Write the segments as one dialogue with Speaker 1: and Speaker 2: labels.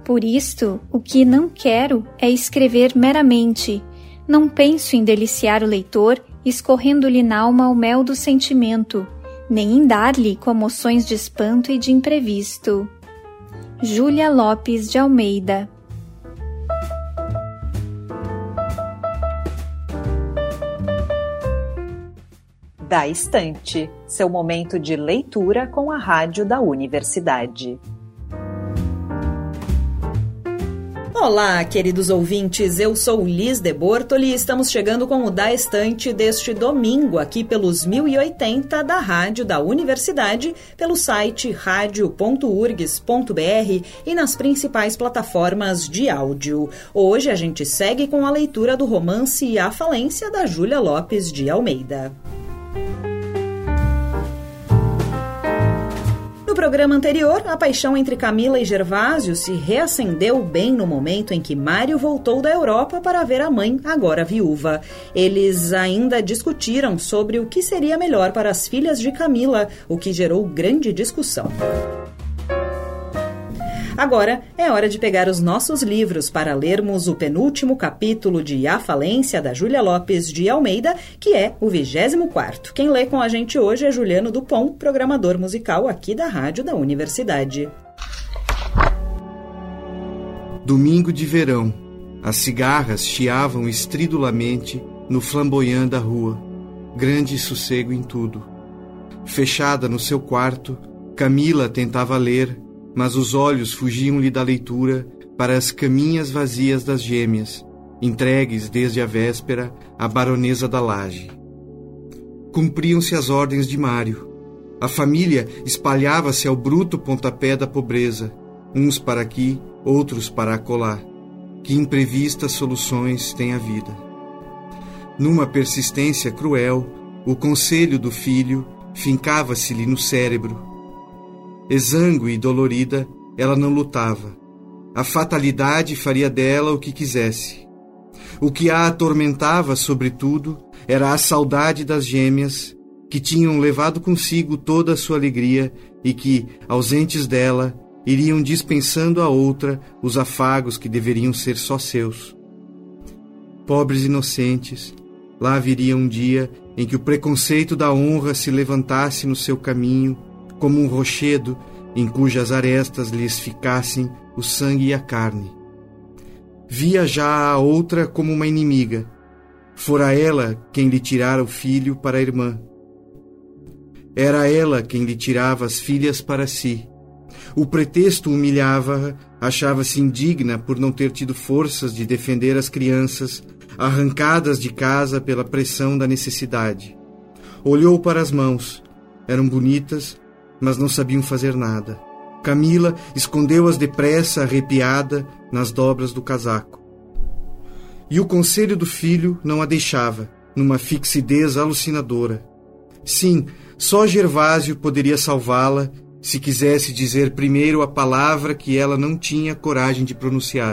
Speaker 1: Por isto, o que não quero é escrever meramente. Não penso em deliciar o leitor, escorrendo-lhe n'alma o mel do sentimento, nem em dar-lhe comoções de espanto e de imprevisto. Júlia Lopes de Almeida.
Speaker 2: Da Estante, seu momento de leitura com a rádio da universidade. Olá, queridos ouvintes, eu sou Liz de Bortoli e estamos chegando com o Da Estante deste domingo, aqui pelos 1080 da rádio da universidade, pelo site radio.urgs.br e nas principais plataformas de áudio. Hoje a gente segue com a leitura do romance A Falência, da Júlia Lopes de Almeida. No programa anterior, a paixão entre Camila e Gervásio se reacendeu bem no momento em que Mário voltou da Europa para ver a mãe, agora viúva. Eles ainda discutiram sobre o que seria melhor para as filhas de Camila, o que gerou grande discussão. Agora é hora de pegar os nossos livros para lermos o penúltimo capítulo de A Falência, da Júlia Lopes de Almeida, que é o 24º. Quem lê com a gente hoje é Juliano Dupont, programador musical aqui da rádio da universidade.
Speaker 3: Domingo de verão. As cigarras chiavam estridulamente no flamboyant da rua. Grande sossego em tudo. Fechada no seu quarto, Camila tentava ler, mas os olhos fugiam-lhe da leitura para as caminhas vazias das gêmeas, entregues desde a véspera à baronesa da Laje. Cumpriam-se as ordens de Mário. A família espalhava-se ao bruto pontapé da pobreza, uns para aqui, outros para acolá. Que imprevistas soluções tem a vida. Numa persistência cruel, o conselho do filho fincava-se-lhe no cérebro. Exangue e dolorida, ela não lutava. A fatalidade faria dela o que quisesse. O que a atormentava, sobretudo, era a saudade das gêmeas, que tinham levado consigo toda a sua alegria e que, ausentes dela, iriam dispensando à outra os afagos que deveriam ser só seus. Pobres inocentes, lá viria um dia em que o preconceito da honra se levantasse no seu caminho, como um rochedo em cujas arestas lhes ficassem o sangue e a carne. Via já a outra como uma inimiga. Fora ela quem lhe tirara o filho para a irmã. Era ela quem lhe tirava as filhas para si. O pretexto humilhava-a, achava-se indigna por não ter tido forças de defender as crianças, arrancadas de casa pela pressão da necessidade. Olhou para as mãos. Eram bonitas, mas não sabiam fazer nada. Camila escondeu-as depressa, arrepiada, nas dobras do casaco. E o conselho do filho não a deixava, numa fixidez alucinadora. Sim, só Gervásio poderia salvá-la, se quisesse dizer primeiro a palavra que ela não tinha coragem de pronunciar.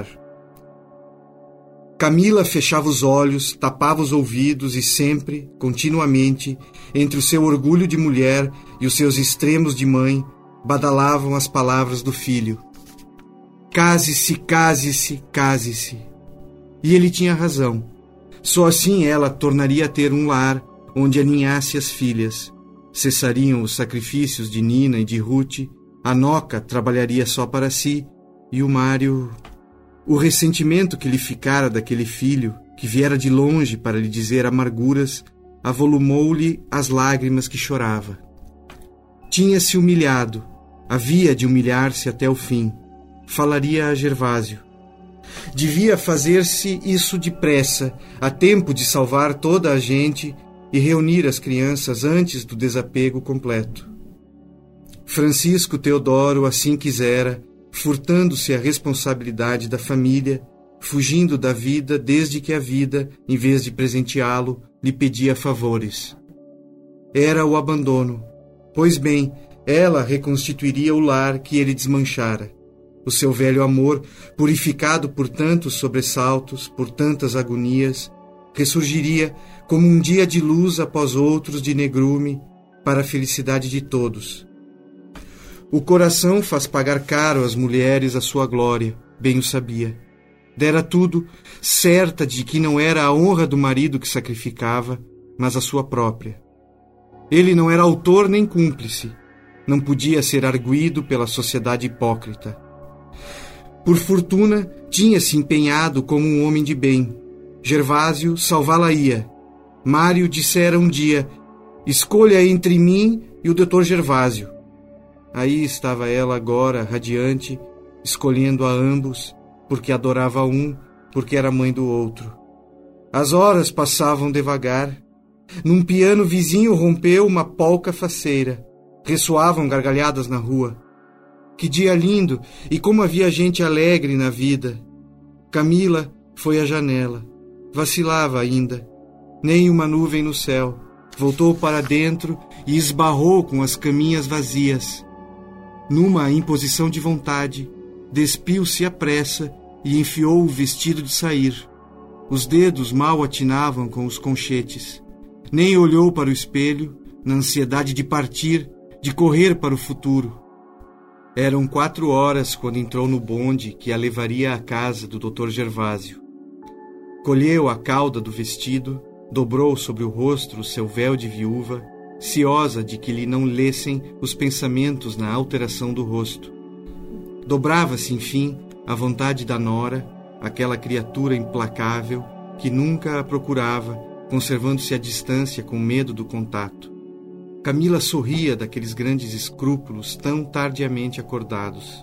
Speaker 3: Camila fechava os olhos, tapava os ouvidos e sempre, continuamente, entre o seu orgulho de mulher e os seus extremos de mãe, badalavam as palavras do filho. Case-se, case-se, case-se. E ele tinha razão. Só assim ela tornaria a ter um lar onde aninhasse as filhas. Cessariam os sacrifícios de Nina e de Ruth, a Noca trabalharia só para si, e o Mário... O ressentimento que lhe ficara daquele filho, que viera de longe para lhe dizer amarguras, avolumou-lhe as lágrimas que chorava. Tinha-se humilhado, havia de humilhar-se até o fim. Falaria a Gervásio. Devia fazer-se isso depressa, a tempo de salvar toda a gente e reunir as crianças antes do desapego completo. Francisco Teodoro assim quisera, furtando-se a responsabilidade da família, fugindo da vida desde que a vida, em vez de presenteá-lo, lhe pedia favores. Era o abandono. Pois bem, ela reconstituiria o lar que ele desmanchara. O seu velho amor, purificado por tantos sobressaltos, por tantas agonias, ressurgiria como um dia de luz após outros de negrume, para a felicidade de todos. O coração faz pagar caro às mulheres a sua glória. bem o sabia. Dera tudo, certa de que não era a honra do marido que sacrificava, mas a sua própria. Ele não era autor nem cúmplice, não podia ser arguido pela sociedade hipócrita. Por fortuna, tinha-se empenhado como um homem de bem. Gervásio salvá-la-ia. Mário dissera um dia: escolha entre mim e o Dr. Gervásio. Aí estava ela agora, radiante, escolhendo a ambos, porque adorava um, porque era mãe do outro. As horas passavam devagar. Num piano vizinho rompeu uma polca faceira. Ressoavam gargalhadas na rua. Que dia lindo, e como havia gente alegre na vida. Camila foi à janela. Vacilava ainda. Nem uma nuvem no céu. Voltou para dentro e esbarrou com as caminhas vazias. Numa imposição de vontade, despiu-se à pressa e enfiou o vestido de sair. Os dedos mal atinavam com os conchetes. Nem olhou para o espelho, na ansiedade de partir, de correr para o futuro. Eram 4 horas quando entrou no bonde que a levaria à casa do Dr. Gervásio. Colheu a cauda do vestido, dobrou sobre o rosto o seu véu de viúva, ciosa de que lhe não lessem os pensamentos na alteração do rosto. Dobrava-se, enfim, à vontade da nora, aquela criatura implacável que nunca a procurava, conservando-se à distância com medo do contato. Camila sorria daqueles grandes escrúpulos tão tardiamente acordados.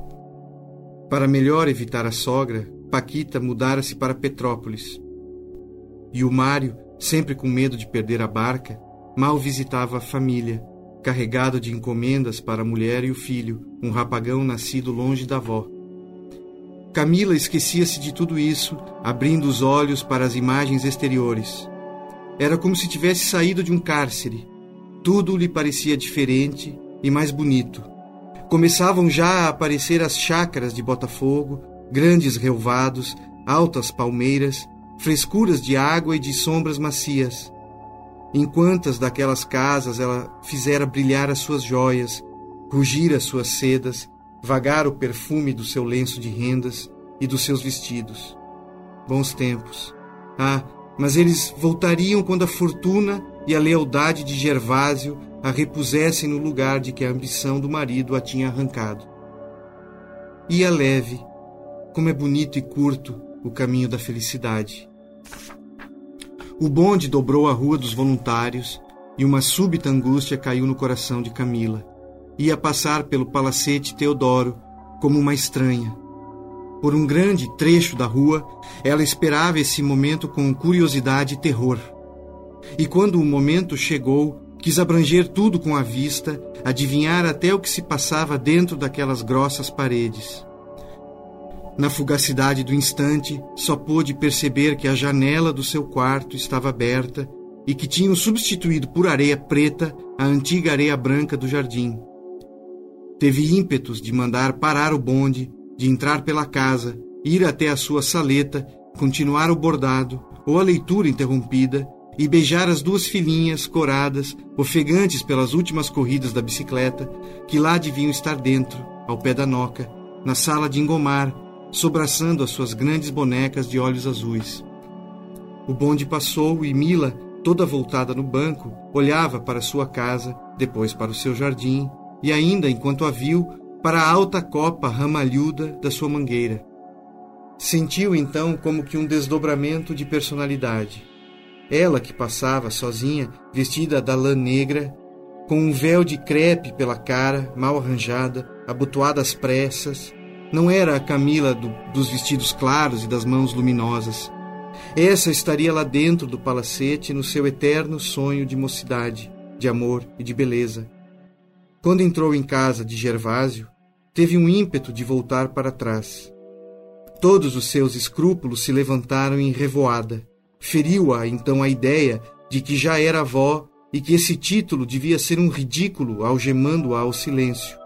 Speaker 3: Para melhor evitar a sogra, Paquita mudara-se para Petrópolis. E o Mário, sempre com medo de perder a barca, mal visitava a família, carregado de encomendas para a mulher e o filho, um rapagão nascido longe da avó. Camila esquecia-se de tudo isso, abrindo os olhos para as imagens exteriores. Era como se tivesse saído de um cárcere. Tudo lhe parecia diferente e mais bonito. Começavam já a aparecer as chácaras de Botafogo, grandes relvados, altas palmeiras, frescuras de água e de sombras macias. Em quantas daquelas casas ela fizera brilhar as suas joias, rugir as suas sedas, vagar o perfume do seu lenço de rendas e dos seus vestidos. Bons tempos. Mas eles voltariam quando a fortuna e a lealdade de Gervásio a repusessem no lugar de que a ambição do marido a tinha arrancado. Ia leve, como é bonito e curto o caminho da felicidade. O bonde dobrou a Rua dos Voluntários e uma súbita angústia caiu no coração de Camila. Ia passar pelo Palacete Teodoro como uma estranha. Por um grande trecho da rua, ela esperava esse momento com curiosidade e terror. E quando o momento chegou, quis abranger tudo com a vista, adivinhar até o que se passava dentro daquelas grossas paredes. Na fugacidade do instante, só pôde perceber que a janela do seu quarto estava aberta e que tinham substituído por areia preta a antiga areia branca do jardim. Teve ímpetos de mandar parar o bonde, de entrar pela casa, ir até a sua saleta, continuar o bordado ou a leitura interrompida e beijar as 2 filhinhas coradas, ofegantes pelas últimas corridas da bicicleta, que lá deviam estar dentro, ao pé da noca, na sala de engomar, sobraçando as suas grandes bonecas de olhos azuis. O bonde passou e Mila, toda voltada no banco, olhava para sua casa, depois para o seu jardim, e ainda, enquanto a viu, para a alta copa ramalhuda da sua mangueira. Sentiu então como que um desdobramento de personalidade. Ela que passava sozinha, vestida da lã negra, com um véu de crepe pela cara, mal arranjada, abotoada às pressas, não era a Camila dos vestidos claros e das mãos luminosas. Essa estaria lá dentro do palacete no seu eterno sonho de mocidade, de amor e de beleza. Quando entrou em casa de Gervásio, teve um ímpeto de voltar para trás. Todos os seus escrúpulos se levantaram em revoada. Feriu-a então a ideia de que já era avó e que esse título devia ser um ridículo, algemando-a ao silêncio.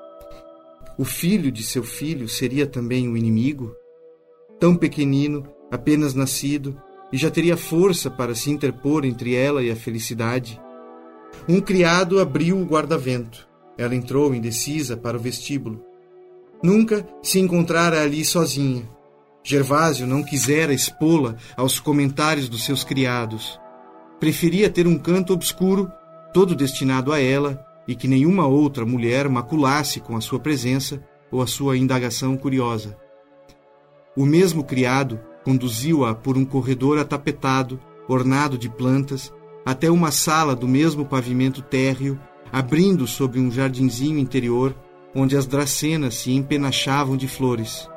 Speaker 3: O filho de seu filho seria também um inimigo? Tão pequenino, apenas nascido, e já teria força para se interpor entre ela e a felicidade. Um criado abriu o guarda-vento. Ela entrou indecisa para o vestíbulo. Nunca se encontrara ali sozinha. Gervásio não quisera expô-la aos comentários dos seus criados. Preferia ter um canto obscuro, todo destinado a ela, e que nenhuma outra mulher maculasse com a sua presença ou a sua indagação curiosa. O mesmo criado conduziu-a por um corredor atapetado, ornado de plantas, até uma sala do mesmo pavimento térreo, abrindo sobre um jardinzinho interior, onde as dracenas se empenachavam de flores.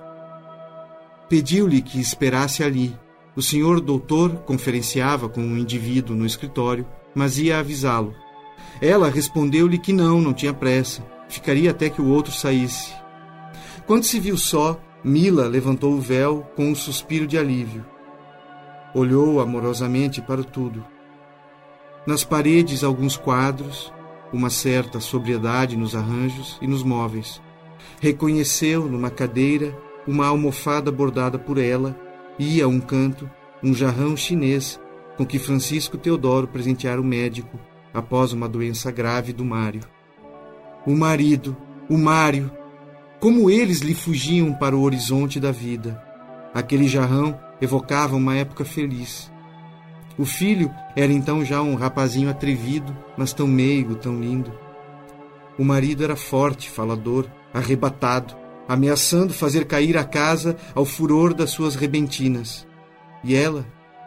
Speaker 3: Pediu-lhe que esperasse ali. O senhor doutor conferenciava com um indivíduo no escritório, mas ia avisá-lo. Ela respondeu-lhe que não tinha pressa, ficaria até que o outro saísse. Quando se viu só, Mila levantou o véu com um suspiro de alívio. Olhou amorosamente para tudo. Nas paredes, alguns quadros, uma certa sobriedade nos arranjos e nos móveis. Reconheceu, numa cadeira, uma almofada bordada por ela e, a um canto, um jarrão chinês com que Francisco Teodoro presenteara o médico após uma doença grave do Mário. O marido, o Mário, como eles lhe fugiam para o horizonte da vida. Aquele jarrão evocava uma época feliz. O filho era então já um rapazinho atrevido, mas tão meigo, tão lindo. O marido era forte, falador, arrebatado, ameaçando fazer cair a casa ao furor das suas rebentinas. E ela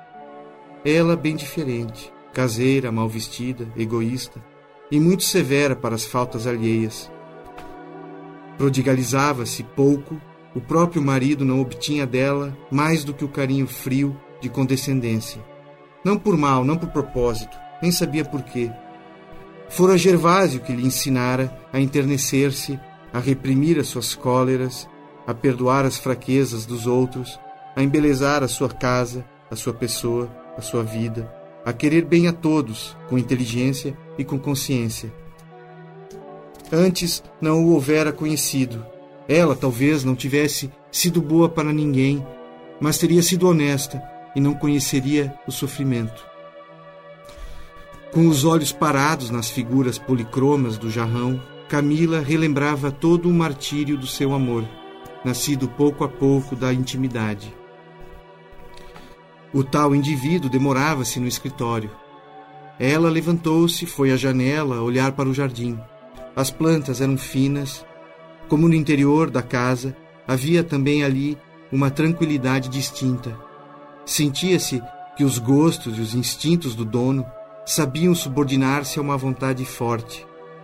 Speaker 3: bem diferente, caseira, mal vestida, egoísta e muito severa para as faltas alheias. Prodigalizava-se pouco, o próprio marido não obtinha dela mais do que o carinho frio de condescendência. Não por mal, não por propósito, nem sabia por quê. Fora Gervásio que lhe ensinara a enternecer-se, a reprimir as suas cóleras, a perdoar as fraquezas dos outros, a embelezar a sua casa, a sua pessoa, a sua vida, a querer bem a todos, com inteligência e com consciência. Antes não o houvera conhecido. Ela talvez não tivesse sido boa para ninguém, mas teria sido honesta e não conheceria o sofrimento. Com os olhos parados nas figuras policromas do jarrão, Camila relembrava todo o martírio do seu amor, nascido pouco a pouco da intimidade. O tal indivíduo demorava-se no escritório. Ela levantou-se, foi à janela olhar para o jardim. As plantas eram finas. Como no interior da casa, havia também ali uma tranquilidade distinta. Sentia-se que os gostos e os instintos do dono sabiam subordinar-se a uma vontade forte.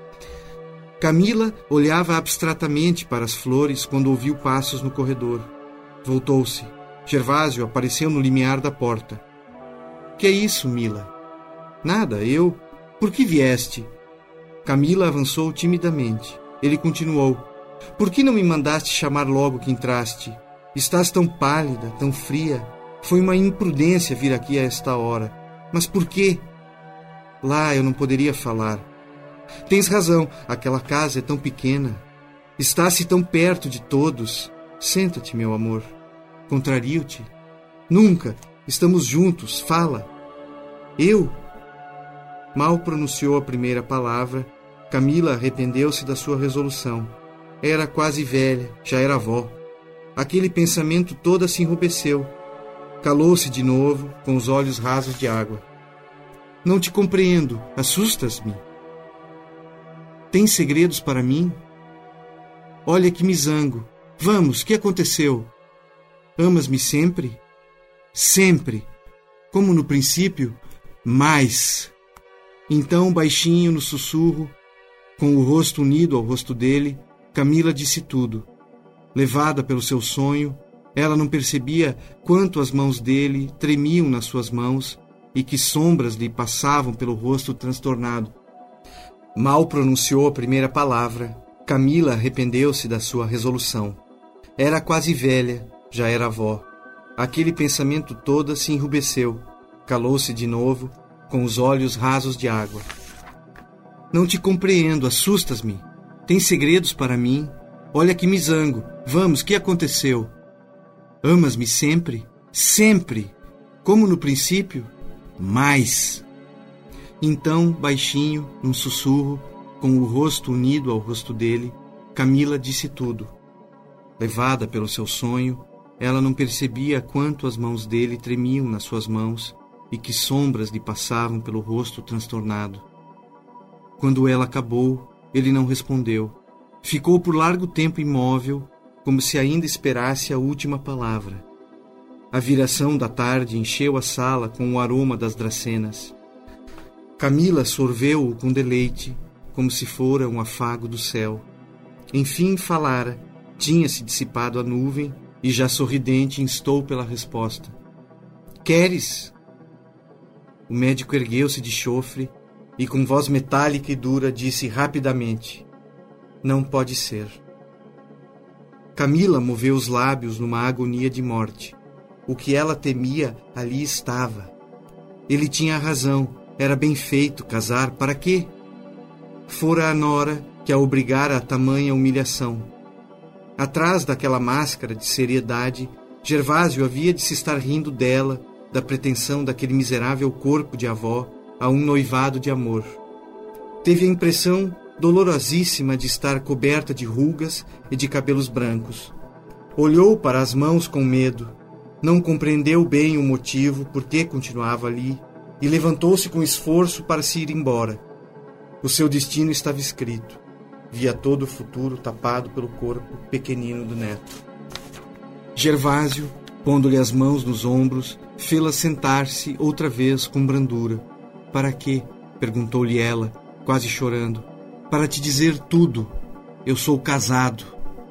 Speaker 3: Camila olhava abstratamente para as flores quando ouviu passos no corredor. Voltou-se. Gervásio apareceu no limiar da porta. — Que é isso, Mila? — Nada, eu... — Por que vieste? Camila avançou timidamente. Ele continuou. — Por que não me mandaste chamar logo que entraste? Estás tão pálida, tão fria. Foi uma imprudência vir aqui a esta hora. Mas por quê? Lá eu não poderia falar. Tens razão, aquela casa é tão pequena. Está-se tão perto de todos. Senta-te, meu amor. Contrario-te? Nunca. Estamos juntos. Fala. Eu? Mal pronunciou a primeira palavra, Camila arrependeu-se da sua resolução. Era quase velha, já era avó. Aquele pensamento toda se enrubesceu. Calou-se de novo, com os olhos rasos de água. Não te compreendo. Assustas-me. Tens segredos para mim? Olha que me zango. Vamos, que aconteceu? Amas-me sempre? Sempre. Como no princípio? Mais. Então, baixinho no sussurro, com o rosto unido ao rosto dele, Camila disse tudo. Levada pelo seu sonho, ela não percebia quanto as mãos dele tremiam nas suas mãos e que sombras lhe passavam pelo rosto transtornado. Mal pronunciou a primeira palavra, Camila arrependeu-se da sua resolução. Era quase velha, já era avó. Aquele pensamento todo se enrubesceu, calou-se de novo, com os olhos rasos de água. Não te compreendo, assustas-me. Tens segredos para mim? Olha que me zango. Vamos, que aconteceu? Amas-me sempre? Sempre. Como no princípio? Mais. Então, baixinho, num sussurro, com o rosto unido ao rosto dele, Camila disse tudo. Levada pelo seu sonho, ela não percebia quanto as mãos dele tremiam nas suas mãos e que sombras lhe passavam pelo rosto transtornado. Quando ela acabou, ele não respondeu. Ficou por largo tempo imóvel, como se ainda esperasse a última palavra. A viração da tarde encheu a sala com o aroma das dracenas. Camila sorveu-o com deleite, como se fora um afago do céu. Enfim falara, tinha-se dissipado a nuvem e já sorridente instou pela resposta. Queres? O médico ergueu-se de chofre e com voz metálica e dura disse rapidamente, não pode ser. Camila moveu os lábios numa agonia de morte. O que ela temia ali estava. Ele tinha razão, era bem feito casar, para quê? Fora a nora que a obrigara a tamanha humilhação. Atrás daquela máscara de seriedade, Gervásio havia de se estar rindo dela, da pretensão daquele miserável corpo de avó a um noivado de amor. Teve a impressão dolorosíssima de estar coberta de rugas e de cabelos brancos. Olhou para as mãos com medo, não compreendeu bem o motivo por que continuava ali e levantou-se com esforço para se ir embora. O seu destino estava escrito. Via todo o futuro tapado pelo corpo pequenino do neto. Gervásio, pondo-lhe as mãos nos ombros, fê-la sentar-se outra vez com brandura. Para quê? Perguntou-lhe ela, quase chorando. Para te dizer tudo. Eu sou casado.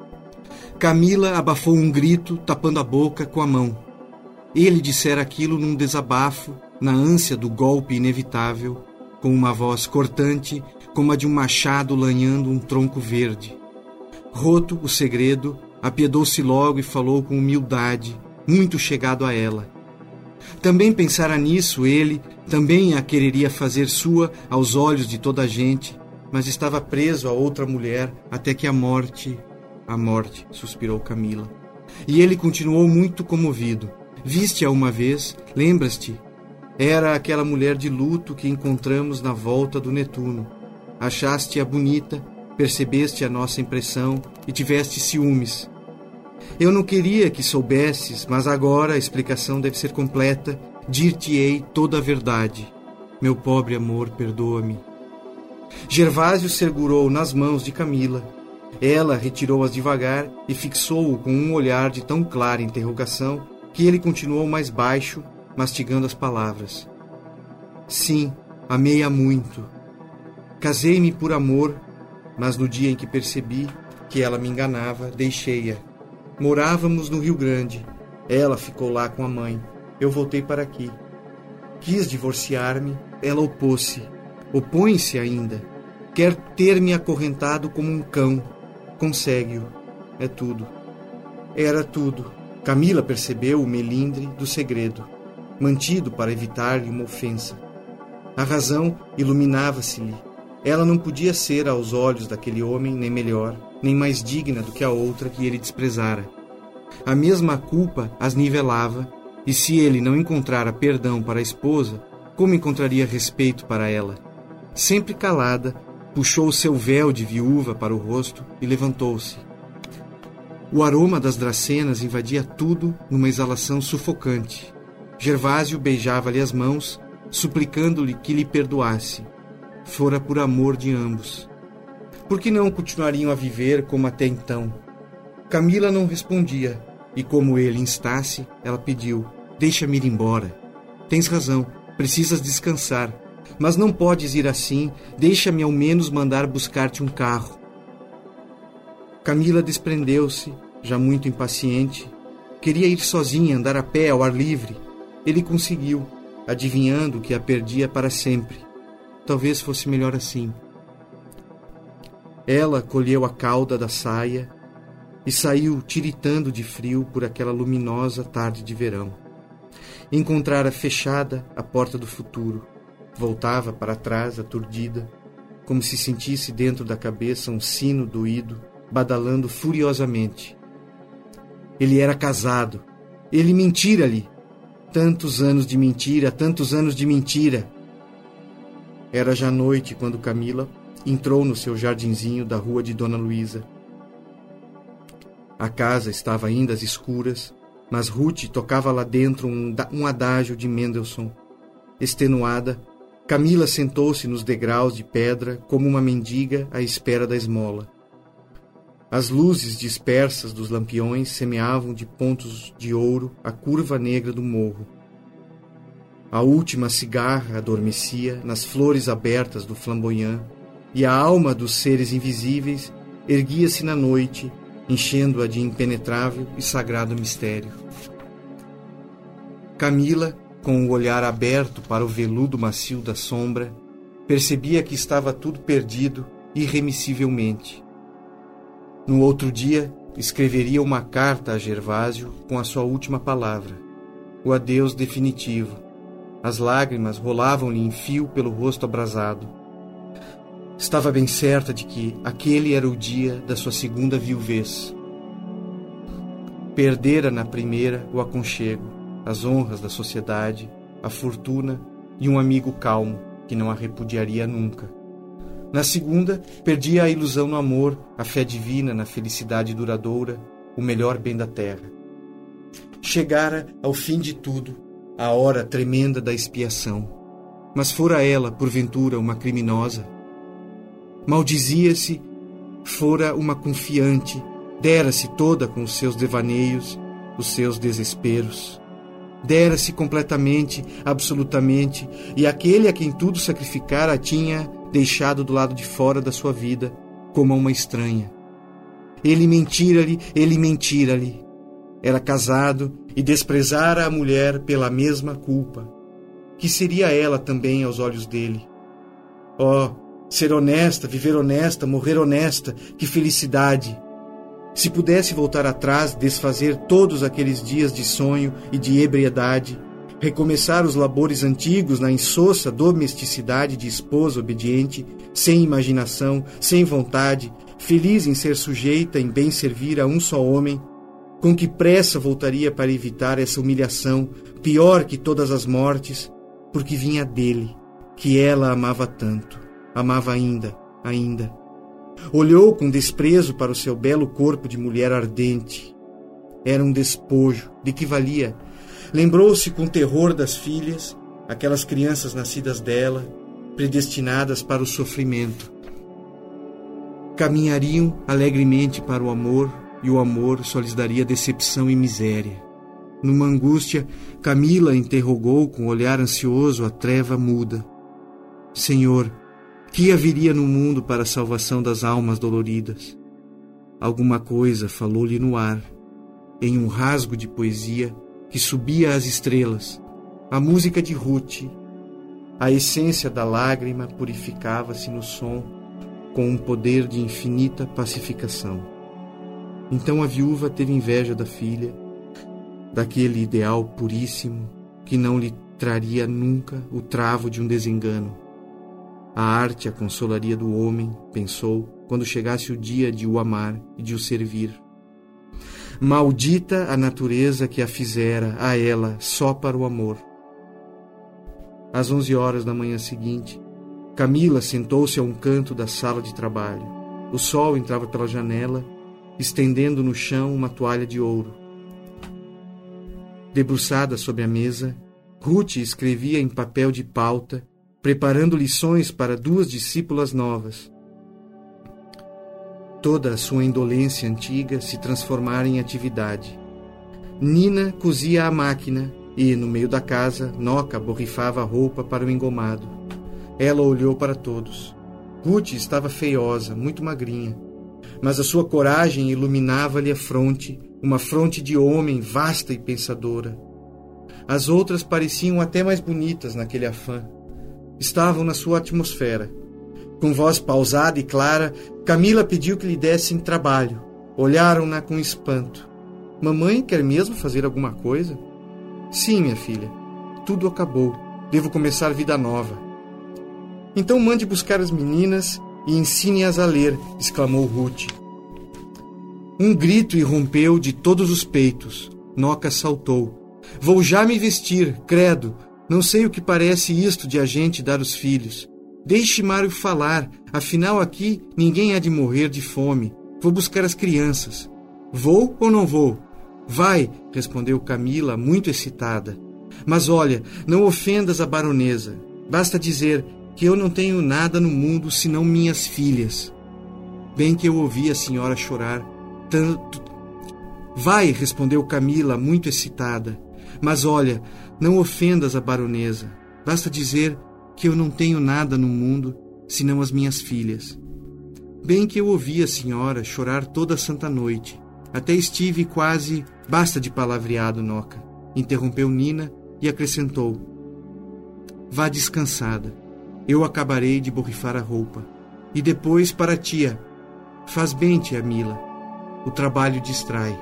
Speaker 3: Camila abafou um grito, tapando a boca com a mão. Ele dissera aquilo num desabafo, na ânsia do golpe inevitável, com uma voz cortante, como a de um machado lanhando um tronco verde. Roto o segredo, apiedou-se logo e falou com humildade, muito chegado a ela. Também pensara nisso ele, também a quereria fazer sua aos olhos de toda a gente, mas estava preso a outra mulher até que a morte, suspirou Camila. E ele continuou muito comovido. Viste-a uma vez, lembras-te? Era aquela mulher de luto que encontramos na volta do Netuno. Achaste-a bonita, percebeste a nossa impressão e tiveste ciúmes. Eu não queria que soubesses, mas agora a explicação deve ser completa. Dir-te-ei toda a verdade. Meu pobre amor, perdoa-me. Gervásio segurou nas mãos de Camila. Ela retirou-as devagar e fixou-o com um olhar de tão clara interrogação que ele continuou mais baixo, mastigando as palavras. Sim, amei-a muito. Casei-me por amor, mas no dia em que percebi que ela me enganava, deixei-a. Morávamos no Rio Grande. Ela ficou lá com a mãe. Eu voltei para aqui. Quis divorciar-me, ela opôs-se. Opõe-se ainda. Quer ter-me acorrentado como um cão. Consegue-o. É tudo. Era tudo. Camila percebeu o melindre do segredo, mantido para evitar-lhe uma ofensa. A razão iluminava-se-lhe. Ela não podia ser aos olhos daquele homem nem melhor, nem mais digna do que a outra que ele desprezara. A mesma culpa as nivelava, e se ele não encontrara perdão para a esposa, como encontraria respeito para ela? Sempre calada, puxou o seu véu de viúva para o rosto e levantou-se. O aroma das dracenas invadia tudo numa exalação sufocante. Gervásio beijava-lhe as mãos, suplicando-lhe que lhe perdoasse. Fora por amor de ambos. Por que não continuariam a viver como até então? Camila não respondia, e como ele instasse, ela pediu, deixa-me ir embora. Tens razão, precisas descansar, mas não podes ir assim, deixa-me ao menos mandar buscar-te um carro. Camila desprendeu-se, já muito impaciente. Queria ir sozinha, andar a pé, ao ar livre. Ele conseguiu, adivinhando que a perdia para sempre. Talvez fosse melhor assim. Ela colheu a cauda da saia e saiu tiritando de frio por aquela luminosa tarde de verão. Encontrara fechada a porta do futuro. Voltava para trás, aturdida, como se sentisse dentro da cabeça um sino doído, badalando furiosamente. Ele era casado. Ele mentira-lhe. Tantos anos de mentira, tantos anos de mentira. Era já noite quando Camila entrou no seu jardinzinho da rua de Dona Luísa. A casa estava ainda às escuras, mas Ruth tocava lá dentro um adágio de Mendelssohn. Extenuada, Camila sentou-se nos degraus de pedra como uma mendiga à espera da esmola. As luzes dispersas dos lampiões semeavam de pontos de ouro a curva negra do morro. A última cigarra adormecia nas flores abertas do flamboyant, e a alma dos seres invisíveis erguia-se na noite, enchendo-a de impenetrável e sagrado mistério. Camila, com o olhar aberto para o veludo macio da sombra, percebia que estava tudo perdido irremissivelmente. No outro dia, escreveria uma carta a Gervásio com a sua última palavra, o adeus definitivo. As lágrimas rolavam-lhe em fio pelo rosto abrasado. Estava bem certa de que aquele era o dia da sua segunda viuvez. Perdera na primeira o aconchego, as honras da sociedade, a fortuna e um amigo calmo que não a repudiaria nunca. Na segunda, perdia a ilusão no amor, a fé divina na felicidade duradoura, o melhor bem da terra. Chegara ao fim de tudo, a hora tremenda da expiação. Mas fora ela, porventura, uma criminosa? Maldizia-se, fora uma confiante, dera-se toda com os seus devaneios, os seus desesperos. Dera-se completamente, absolutamente, e aquele a quem tudo sacrificara tinha deixado do lado de fora da sua vida, como a uma estranha. Ele mentira-lhe. Era casado e desprezara a mulher pela mesma culpa. Que seria ela também aos olhos dele? Oh, ser honesta, viver honesta, morrer honesta, que felicidade! Se pudesse voltar atrás, desfazer todos aqueles dias de sonho e de ebriedade, recomeçar os labores antigos na insossa domesticidade de esposa obediente, sem imaginação, sem vontade, feliz em ser sujeita em bem servir a um só homem, com que pressa voltaria para evitar essa humilhação, pior que todas as mortes, porque vinha dele, que ela amava tanto, amava ainda. Olhou com desprezo para o seu belo corpo de mulher ardente. Era um despojo, de que valia? Lembrou-se com terror das filhas, aquelas crianças nascidas dela, predestinadas para o sofrimento. Caminhariam alegremente para o amor, e o amor só lhes daria decepção e miséria. Numa angústia, Camila interrogou com olhar ansioso a treva muda. Senhor, que haveria no mundo para a salvação das almas doloridas? Alguma coisa falou-lhe no ar, em um rasgo de poesia que subia às estrelas, a música de Ruth. A essência da lágrima purificava-se no som com um poder de infinita pacificação. Então a viúva teve inveja da filha, daquele ideal puríssimo que não lhe traria nunca o travo de um desengano. A arte a consolaria do homem, pensou, quando chegasse o dia de o amar e de o servir. Maldita a natureza que a fizera a ela só para o amor. Às 11 horas da manhã seguinte, Camila sentou-se a um canto da sala de trabalho. O sol entrava pela janela, estendendo no chão uma toalha de ouro. Debruçada sobre a mesa, Ruth escrevia em papel de pauta, preparando lições para 2 discípulas novas. Toda a sua indolência antiga se transformara em atividade. Nina cosia à máquina e, no meio da casa, Noca borrifava a roupa para o engomado. Ela olhou para todos. Ruth estava feiosa, muito magrinha, mas a sua coragem iluminava-lhe a fronte, uma fronte de homem vasta e pensadora. As outras pareciam até mais bonitas naquele afã. Estavam na sua atmosfera. Com voz pausada e clara, Camila pediu que lhe dessem trabalho. Olharam-na com espanto. Mamãe quer mesmo fazer alguma coisa? Sim, minha filha. Tudo acabou. Devo começar vida nova. Então mande buscar as meninas e ensine-as a ler, exclamou Ruth. Um grito irrompeu de todos os peitos. Noca saltou. Vou já me vestir, credo. Não sei o que parece isto de a gente dar os filhos. Deixe Mário falar, afinal aqui ninguém há de morrer de fome. Vou buscar as crianças. Vou ou não vou? Vai, respondeu Camila, muito excitada. Mas olha, não ofendas a baronesa. Basta dizer que eu não tenho nada no mundo senão minhas filhas. Bem que eu ouvi a senhora chorar tanto. Vai, respondeu Camila, muito excitada. Mas olha, não ofendas a baronesa. Basta dizer que eu não tenho nada no mundo senão as minhas filhas. Bem que eu ouvi a senhora chorar toda a santa noite. Até estive quase... Basta de palavreado, Noca, interrompeu Nina e acrescentou. Vá descansada. Eu acabarei de borrifar a roupa. E depois para a tia. Faz bem, tia Mila. O trabalho distrai.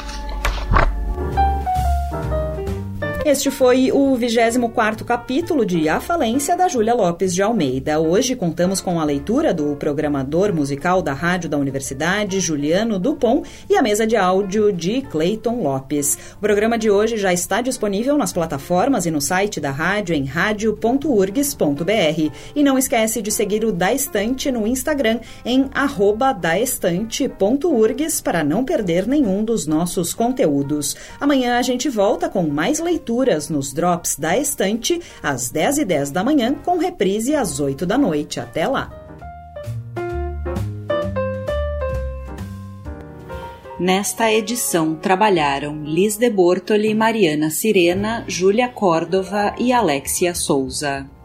Speaker 2: Este foi o 24º capítulo de A Falência, da Júlia Lopes de Almeida. Hoje contamos com a leitura do programador musical da Rádio da Universidade, Juliano Dupont, e a mesa de áudio de Cleiton Lopes. O programa de hoje já está disponível nas plataformas e no site da rádio em radio.urgs.br. E não esquece de seguir o Da Estante no Instagram em @daestante.urgs para não perder nenhum dos nossos conteúdos. Amanhã a gente volta com mais leituras nos Drops da Estante, às 10h10 da manhã, com reprise às 8 da noite. Até lá! Nesta edição trabalharam Liz de Bortoli, Mariana Sirena, Júlia Córdova e Alexia Souza.